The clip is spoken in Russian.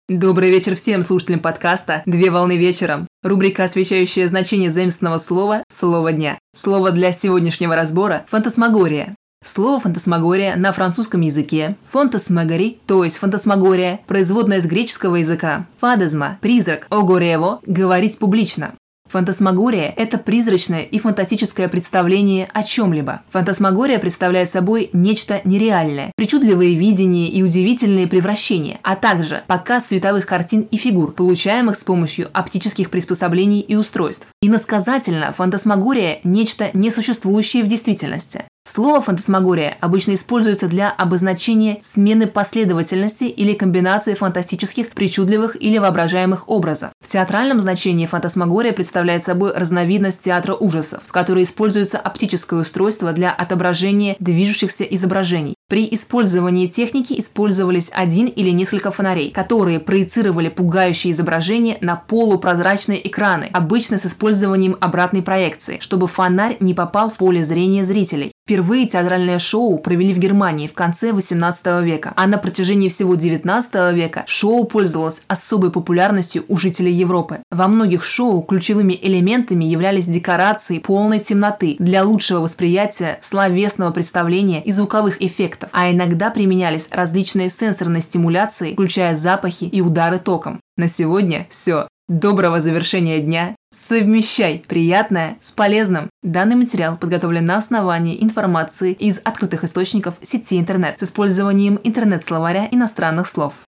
Добрый вечер всем слушателям подкаста «Две волны вечером». Рубрика, освещающая значение заимственного слова «Слово дня». Слово для сегодняшнего разбора – фантасмагория. Слово «фантасмагория» на французском языке «фантасмагори», то есть «фантасмагория», производное из греческого языка «фадезма», «призрак», «огорево», «говорить публично». Фантасмагория – это призрачное и фантастическое представление о чем-либо. Фантасмагория представляет собой нечто нереальное, причудливые видения и удивительные превращения, а также показ световых картин и фигур, получаемых с помощью оптических приспособлений и устройств. Иносказательно, фантасмагория – нечто несуществующее в действительности. Слово «фантасмагория» обычно используется для обозначения смены последовательности или комбинации фантастических, причудливых или воображаемых образов. В театральном значении фантасмагория представляет собой разновидность театра ужасов, в которой используется оптическое устройство для отображения движущихся изображений. При использовании техники использовались один или несколько фонарей, которые проецировали пугающие изображения на полупрозрачные экраны, обычно с использованием обратной проекции, чтобы фонарь не попал в поле зрения зрителей. Впервые театральное шоу провели в Германии в конце XVIII века, а на протяжении всего XIX века шоу пользовалось особой популярностью у жителей Европы. Во многих шоу ключевыми элементами являлись декорации полной темноты для лучшего восприятия, словесного представления и звуковых эффектов, а иногда применялись различные сенсорные стимуляции, включая запахи и удары током. На сегодня все. Доброго завершения дня! Совмещай приятное с полезным. Данный материал подготовлен на основании информации из открытых источников сети интернет с использованием интернет-словаря иностранных слов.